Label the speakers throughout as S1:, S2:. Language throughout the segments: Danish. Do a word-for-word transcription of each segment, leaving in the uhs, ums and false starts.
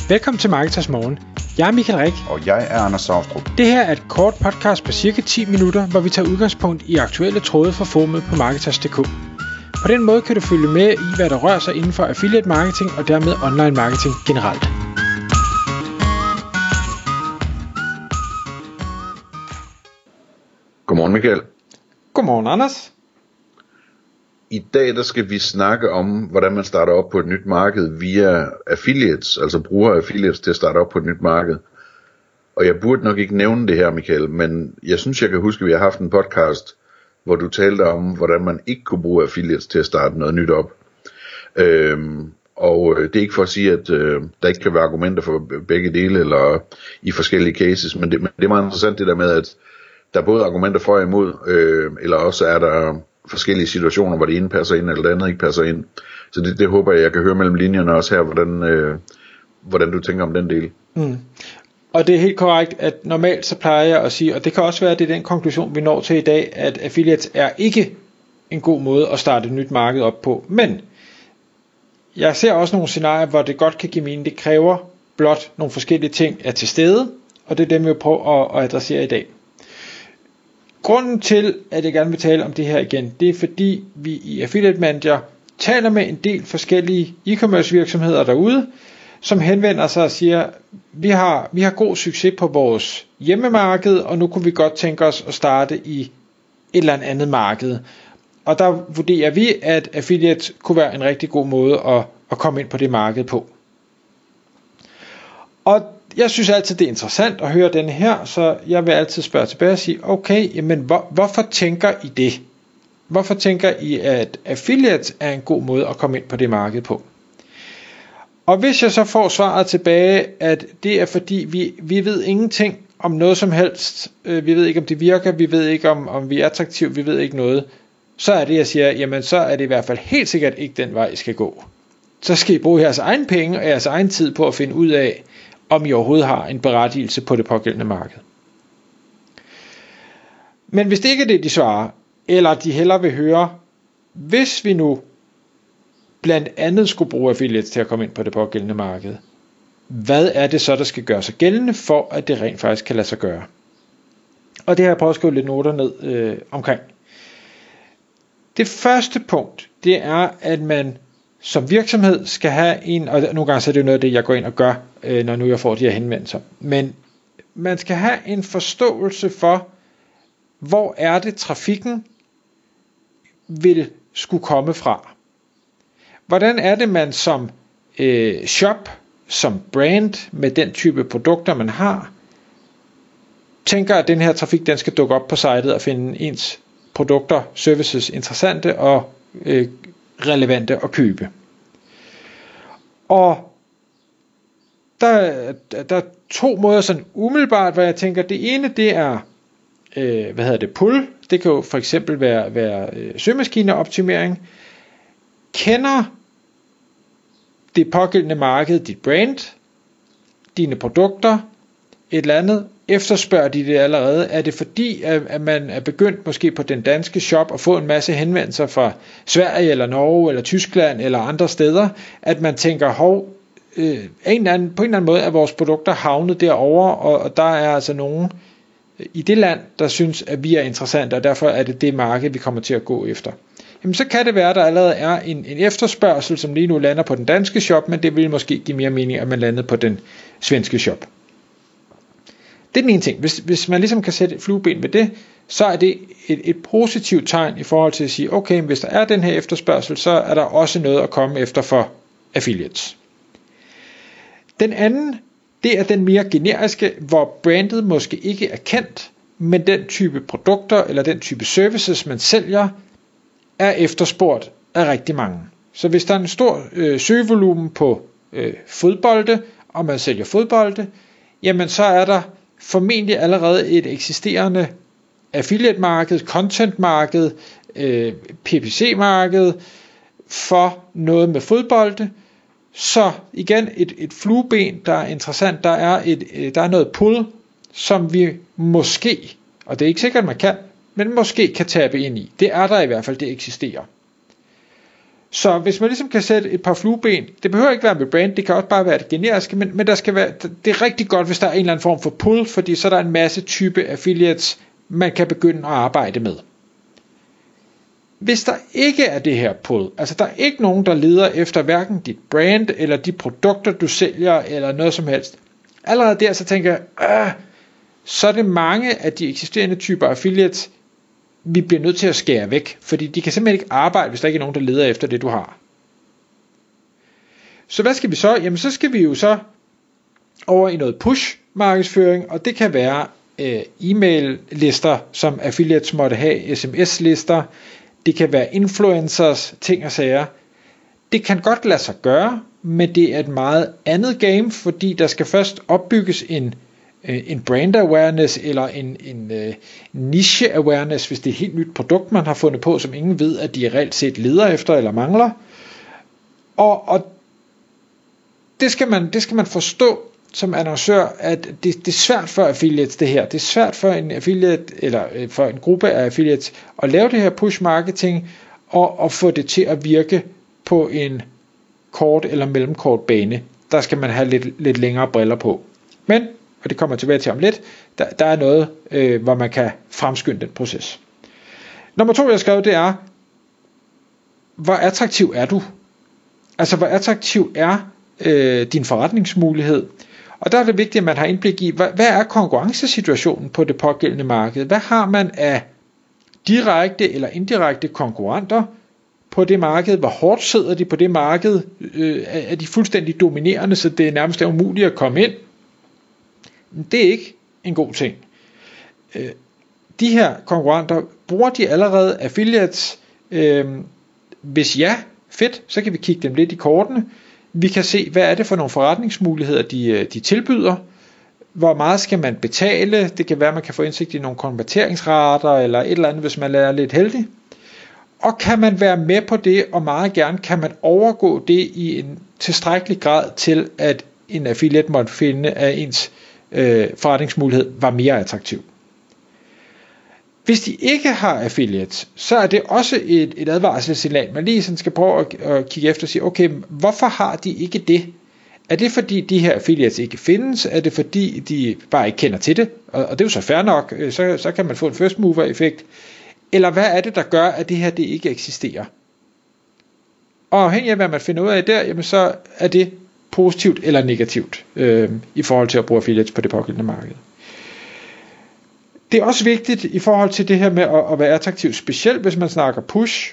S1: Velkommen til Marketers Morgen. Jeg er Michael Rik.
S2: Og jeg er Anders Saustrup.
S1: Det her er et kort podcast på cirka ti minutter, hvor vi tager udgangspunkt i aktuelle tråde fra forumet på Marketers punktum d k. På den måde kan du følge med i, hvad der rører sig inden for affiliate marketing og dermed online marketing generelt.
S2: Godmorgen Michael.
S1: Godmorgen Anders.
S2: I dag der skal vi snakke om, hvordan man starter op på et nyt marked via affiliates, altså bruger affiliates til at starte op på et nyt marked. Og jeg burde nok ikke nævne det her, Michael, men jeg synes, jeg kan huske, at vi har haft en podcast, hvor du talte om, hvordan man ikke kunne bruge affiliates til at starte noget nyt op. Øhm, og det er ikke for at sige, at øh, der ikke kan være argumenter for begge dele, eller i forskellige cases, men det, men det er meget interessant det der med, at der er både argumenter for og imod, øh, eller også er der forskellige situationer, hvor det ene passer ind, eller det andet ikke passer ind. Så det, det håber jeg, jeg kan høre mellem linjerne også her, hvordan, øh, hvordan du tænker om den del.
S1: Mm. Og det er helt korrekt, at normalt så plejer jeg at sige, og det kan også være, at det er den konklusion, vi når til i dag, at affiliates er ikke en god måde at starte et nyt marked op på. Men jeg ser også nogle scenarier, hvor det godt kan give mening. Det kræver blot nogle forskellige ting er til stede, og det er dem, vi vil prøve at, at adressere i dag. Grunden til, at jeg gerne vil tale om det her igen, det er fordi vi i Affiliate Manager taler med en del forskellige e-commerce virksomheder derude, som henvender sig og siger, vi har, vi har god succes på vores hjemmemarked, og nu kunne vi godt tænke os at starte i et eller andet marked. Og der vurderer vi, at affiliate kunne være en rigtig god måde at, at komme ind på det marked på. Og jeg synes altid, det er interessant at høre den her, så jeg vil altid spørge tilbage og sige, okay, jamen hvor, hvorfor tænker I det? Hvorfor tænker I, at affiliate er en god måde at komme ind på det marked på? Og hvis jeg så får svaret tilbage, at det er fordi, vi, vi ved ingenting om noget som helst, vi ved ikke om det virker, vi ved ikke om, om vi er attraktive, vi ved ikke noget, så er det jeg siger, jamen så er det i hvert fald helt sikkert ikke den vej I skal gå. Så skal I bruge jeres egen penge og jeres egen tid på at finde ud af, om I overhovedet har en berettigelse på det pågældende marked. Men hvis det ikke er det, de svarer, eller de hellere vil høre, hvis vi nu blandt andet skulle bruge affiliates til at komme ind på det pågældende marked, hvad er det så, der skal gøre sig gældende, for at det rent faktisk kan lade sig gøre? Og det har jeg prøvet at skrive lidt noter ned øh, omkring. Det første punkt, det er, at man som virksomhed skal have en, og nogle gange så er det jo noget af det, jeg går ind og gør, øh, når nu jeg får de her henvendelser, men man skal have en forståelse for, hvor er det trafikken vil skulle komme fra. Hvordan er det, man som øh, shop, som brand, med den type produkter, man har, tænker, at den her trafik, den skal dukke op på sitet og finde ens produkter, services interessante og øh, relevante at købe. Og der, der er to måder sådan umiddelbart, hvor jeg tænker, det ene det er, øh, hvad hedder det, pull. Det kan jo for eksempel være, være øh, søgemaskineoptimering. Kender det pågældende marked dit brand, dine produkter, et eller andet, efterspørger de det allerede? Er det fordi, at man er begyndt måske på den danske shop at få en masse henvendelser fra Sverige eller Norge eller Tyskland eller andre steder, at man tænker, hov, øh, en eller anden, på en eller anden måde er vores produkter havnet derovre, og, og der er altså nogen i det land, der synes, at vi er interessante, og derfor er det det marked, vi kommer til at gå efter. Jamen så kan det være, at der allerede er en, en efterspørgsel, som lige nu lander på den danske shop, men det vil måske give mere mening, at man landede på den svenske shop. Det er den ene ting. Hvis, hvis man ligesom kan sætte et flueben ved det, så er det et, et positivt tegn i forhold til at sige, okay, hvis der er den her efterspørgsel, så er der også noget at komme efter for affiliates. Den anden, det er den mere generiske, hvor brandet måske ikke er kendt, men den type produkter eller den type services, man sælger, er efterspurgt af rigtig mange. Så hvis der er en stor øh, søgevolumen på øh, fodbolde, og man sælger fodbolde, jamen så er der formentlig allerede et eksisterende affiliate-marked, content-marked, øh, P P C-marked for noget med fodbolde. Så igen et, et flueben, der er interessant. Der er, et, der er noget pull, som vi måske, og det er ikke sikkert, man kan, men måske kan tabe ind i. Det er der i hvert fald, det eksisterer. Så hvis man ligesom kan sætte et par flueben, det behøver ikke være med brand, det kan også bare være det generiske, men, men der skal være, det er rigtig godt, hvis der er en eller anden form for pull, fordi så er der en masse type affiliates, man kan begynde at arbejde med. Hvis der ikke er det her pull, altså der er ikke nogen, der leder efter hverken dit brand, eller de produkter, du sælger, eller noget som helst, allerede der, så tænker jeg, så er det mange af de eksisterende typer affiliates, vi bliver nødt til at skære væk, fordi de kan simpelthen ikke arbejde, hvis der ikke er nogen, der leder efter det, du har. Så hvad skal vi så? Jamen så skal vi jo så over i noget push markedsføring, og det kan være øh, e-mail lister, som affiliates måtte have, sms lister, det kan være influencers, ting og sager. Det kan godt lade sig gøre, men det er et meget andet game, fordi der skal først opbygges en en brand awareness eller en, en uh, niche awareness, hvis det er et helt nyt produkt, man har fundet på, som ingen ved, at de reelt set leder efter eller mangler. Og, og det, skal man, det skal man forstå som annoncør, at det, det er svært for affiliates det her. Det er svært for en affiliate, eller for en gruppe af affiliates, at lave det her push marketing, og, og få det til at virke på en kort eller mellemkort bane. Der skal man have lidt, lidt længere briller på. Men og det kommer tilbage til om lidt, der, der er noget, øh, hvor man kan fremskynde den proces. Nummer to, jeg har skrevet, det er, hvor attraktiv er du? Altså, hvor attraktiv er øh, din forretningsmulighed? Og der er det vigtigt, at man har indblik i, hvad, hvad er konkurrencesituationen på det pågældende marked? Hvad har man af direkte eller indirekte konkurrenter på det marked? Hvor hårdt sidder de på det marked? Øh, er de fuldstændig dominerende, så det er nærmest umuligt at komme ind? Det er ikke en god ting. De her konkurrenter, bruger de allerede affiliates? Hvis ja, fedt, så kan vi kigge dem lidt i kortene. Vi kan se, hvad er det for nogle forretningsmuligheder, de, de tilbyder. Hvor meget skal man betale? Det kan være, at man kan få indsigt i nogle konverteringsrater, eller et eller andet, hvis man er lidt heldig. Og kan man være med på det, og meget gerne kan man overgå det i en tilstrækkelig grad til, at en affiliate måtte finde, at ens øh, forretningsmulighed var mere attraktiv. Hvis de ikke har affiliates, så er det også et, et advarselssignal, man lige sådan skal prøve at, at kigge efter og sige, okay, hvorfor har de ikke det? Er det fordi de her affiliates ikke findes? Er det fordi de bare ikke kender til det? Og, og det er jo så fair nok, så, så kan man få en first mover effekt. Eller hvad er det, der gør, at det her det ikke eksisterer? Og afhængig af hvad man finder ud af der, jamen så er det positivt eller negativt øh, i forhold til at bruge affiliates på det pågældende marked. Det er også vigtigt i forhold til det her med at, at være attraktiv, specielt hvis man snakker push,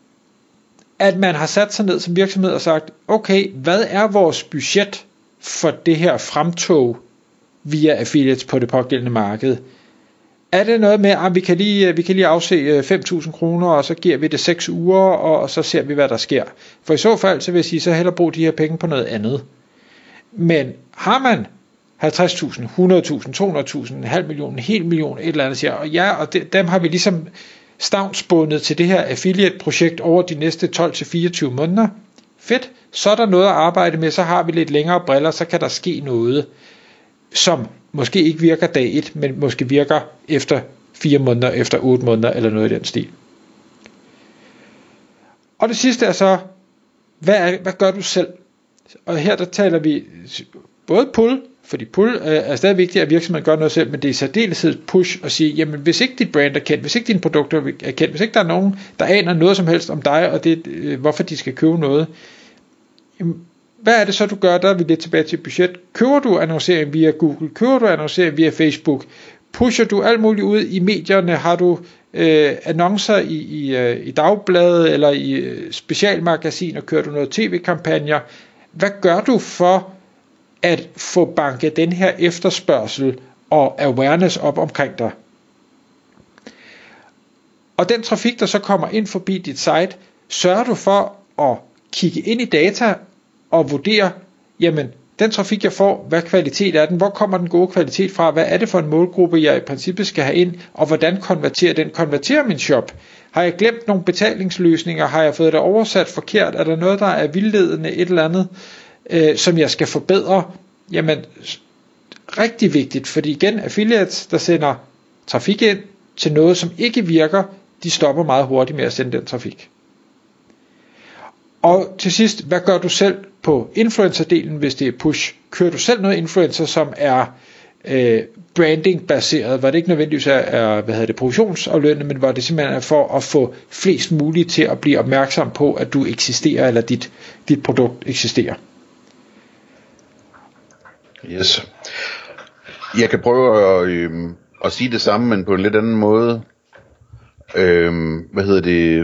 S1: at man har sat sig ned som virksomhed og sagt, okay, hvad er vores budget for det her fremtog via affiliates på det pågældende marked? Er det noget med, at vi kan lige, vi kan lige afse fem tusind kroner, og så giver vi det seks uger, og så ser vi, hvad der sker? For i så fald, så vil jeg sige, så hellere bruge de her penge på noget andet. Men har man halvtreds tusind, hundrede tusind, to hundrede tusind, en halv million, en hel million, et eller andet, siger, og ja, og det, dem har vi ligesom stavnsbundet til det her affiliate-projekt over de næste tolv til fireogtyve måneder. Fedt, så er der noget at arbejde med, så har vi lidt længere briller, så kan der ske noget, som måske ikke virker dag et, men måske virker efter fire måneder, efter otte måneder, eller noget i den stil. Og det sidste er så, hvad, er, hvad gør du selv? Og her der taler vi både pull, fordi pull er stadig vigtigt, at virksomheden gør noget selv, men det er i særdeleshed push at sige, jamen hvis ikke dit brand er kendt, hvis ikke dine produkter er kendt, hvis ikke der er nogen, der aner noget som helst om dig, og det, hvorfor de skal købe noget, jamen, hvad er det så du gør? Der er vi lidt tilbage til budget. Køber du annoncering via Google? Køber du annoncering via Facebook? Pusher du alt muligt ud i medierne? Har du øh, annoncer i, i, øh, i dagbladet eller i øh, specialmagasiner? Kører du noget tv-kampagner? Hvad gør du for at få banket den her efterspørgsel og awareness op omkring dig? Og den trafik, der så kommer ind forbi dit site, sørger du for at kigge ind i data og vurdere, jamen den trafik jeg får, hvad kvalitet er den, hvor kommer den gode kvalitet fra, hvad er det for en målgruppe jeg i princippet skal have ind, og hvordan konverterer den, konverterer min shop, har jeg glemt nogle betalingsløsninger, har jeg fået det oversat forkert, er der noget der er vildledende, et eller andet, øh, som jeg skal forbedre, jamen rigtig vigtigt, fordi igen affiliates, der sender trafik ind til noget som ikke virker, de stopper meget hurtigt med at sende den trafik. Og til sidst, hvad gør du selv på influencer-delen, hvis det er push? Kører du selv noget influencer, som er øh, branding-baseret? Var det ikke nødvendigvis er, er hvad hedder det, provisionsaflønnet, men var det simpelthen er for at få flest muligt til at blive opmærksom på, at du eksisterer, eller dit, dit produkt eksisterer?
S2: Yes. Jeg kan prøve at, øh, at sige det samme, men på en lidt anden måde. Øh, hvad hedder det?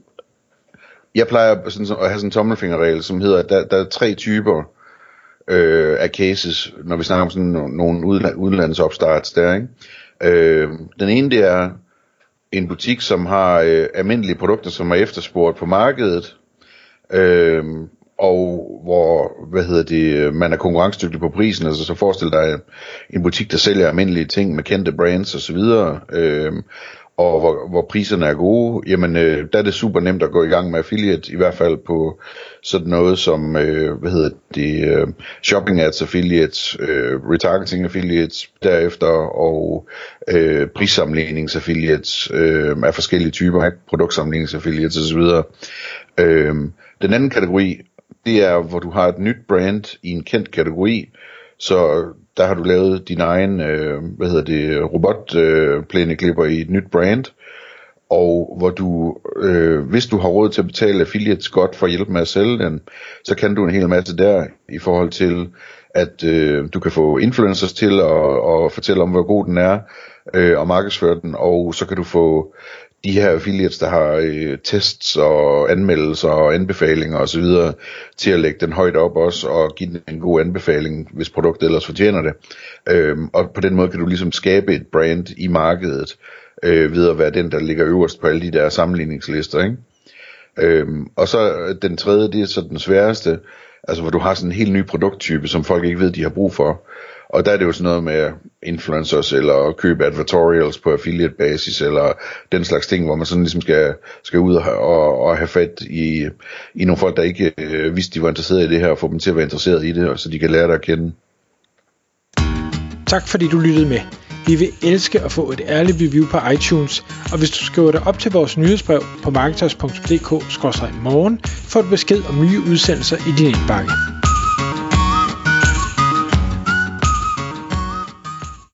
S2: Jeg plejer sådan, at have sådan en tommelfingerregel, som hedder, at der, der er tre typer øh, af cases, når vi snakker om sådan nogle udland, udlandsopstarts der, ikke? Øh, den ene, det er en butik, som har øh, almindelige produkter, som er efterspurgt på markedet, øh, og hvor, hvad hedder det, man er konkurrencedygtig på prisen. Altså så forestil dig en butik, der sælger almindelige ting med kendte brands og så videre, øh, og hvor, hvor priserne er gode, jamen øh, der er det super nemt at gå i gang med affiliate, i hvert fald på sådan noget som, øh, hvad hedder det, øh, shopping ads affiliates, øh, retargeting affiliates derefter, og øh, prissammenlignings affiliates øh, af forskellige typer, produktsammenlignings affiliates osv. Øh, den anden kategori, det er, hvor du har et nyt brand i en kendt kategori, så der har du lavet din egen, øh, hvad hedder det, robotplæneklipper øh, i et nyt brand, og hvor du, øh, hvis du har råd til at betale affiliates godt for at hjælpe med at sælge den, så kan du en hel masse der i forhold til, at øh, du kan få influencers til at, at fortælle om, hvor god den er, øh, og markedsføre den, og så kan du få de her affiliates, der har øh, tests og anmeldelser og anbefalinger osv., til at lægge den højt op også, og give den en god anbefaling, hvis produktet ellers fortjener det. Øhm, og på den måde kan du ligesom skabe et brand i markedet, øh, ved at være den, der ligger øverst på alle de der sammenligningslister, ikke? Øhm, og så den tredje, det er så den sværeste, altså hvor du har sådan en helt ny produkttype, som folk ikke ved, de har brug for. Og der er det jo sådan noget med influencers, eller købe advertorials på affiliate basis, eller den slags ting, hvor man sådan ligesom skal, skal ud og, og, og have fat i, i nogle folk, der ikke øh, vidste, de var interesseret i det her, og få dem til at være interesseret i det, og så de kan lære dig at kende.
S1: Tak fordi du lyttede med. Vi vil elske at få et ærligt review på iTunes, og hvis du skriver dig op til vores nyhedsbrev på marketers punktum d k skråstreg morgen, får du besked om nye udsendelser i din indbakke.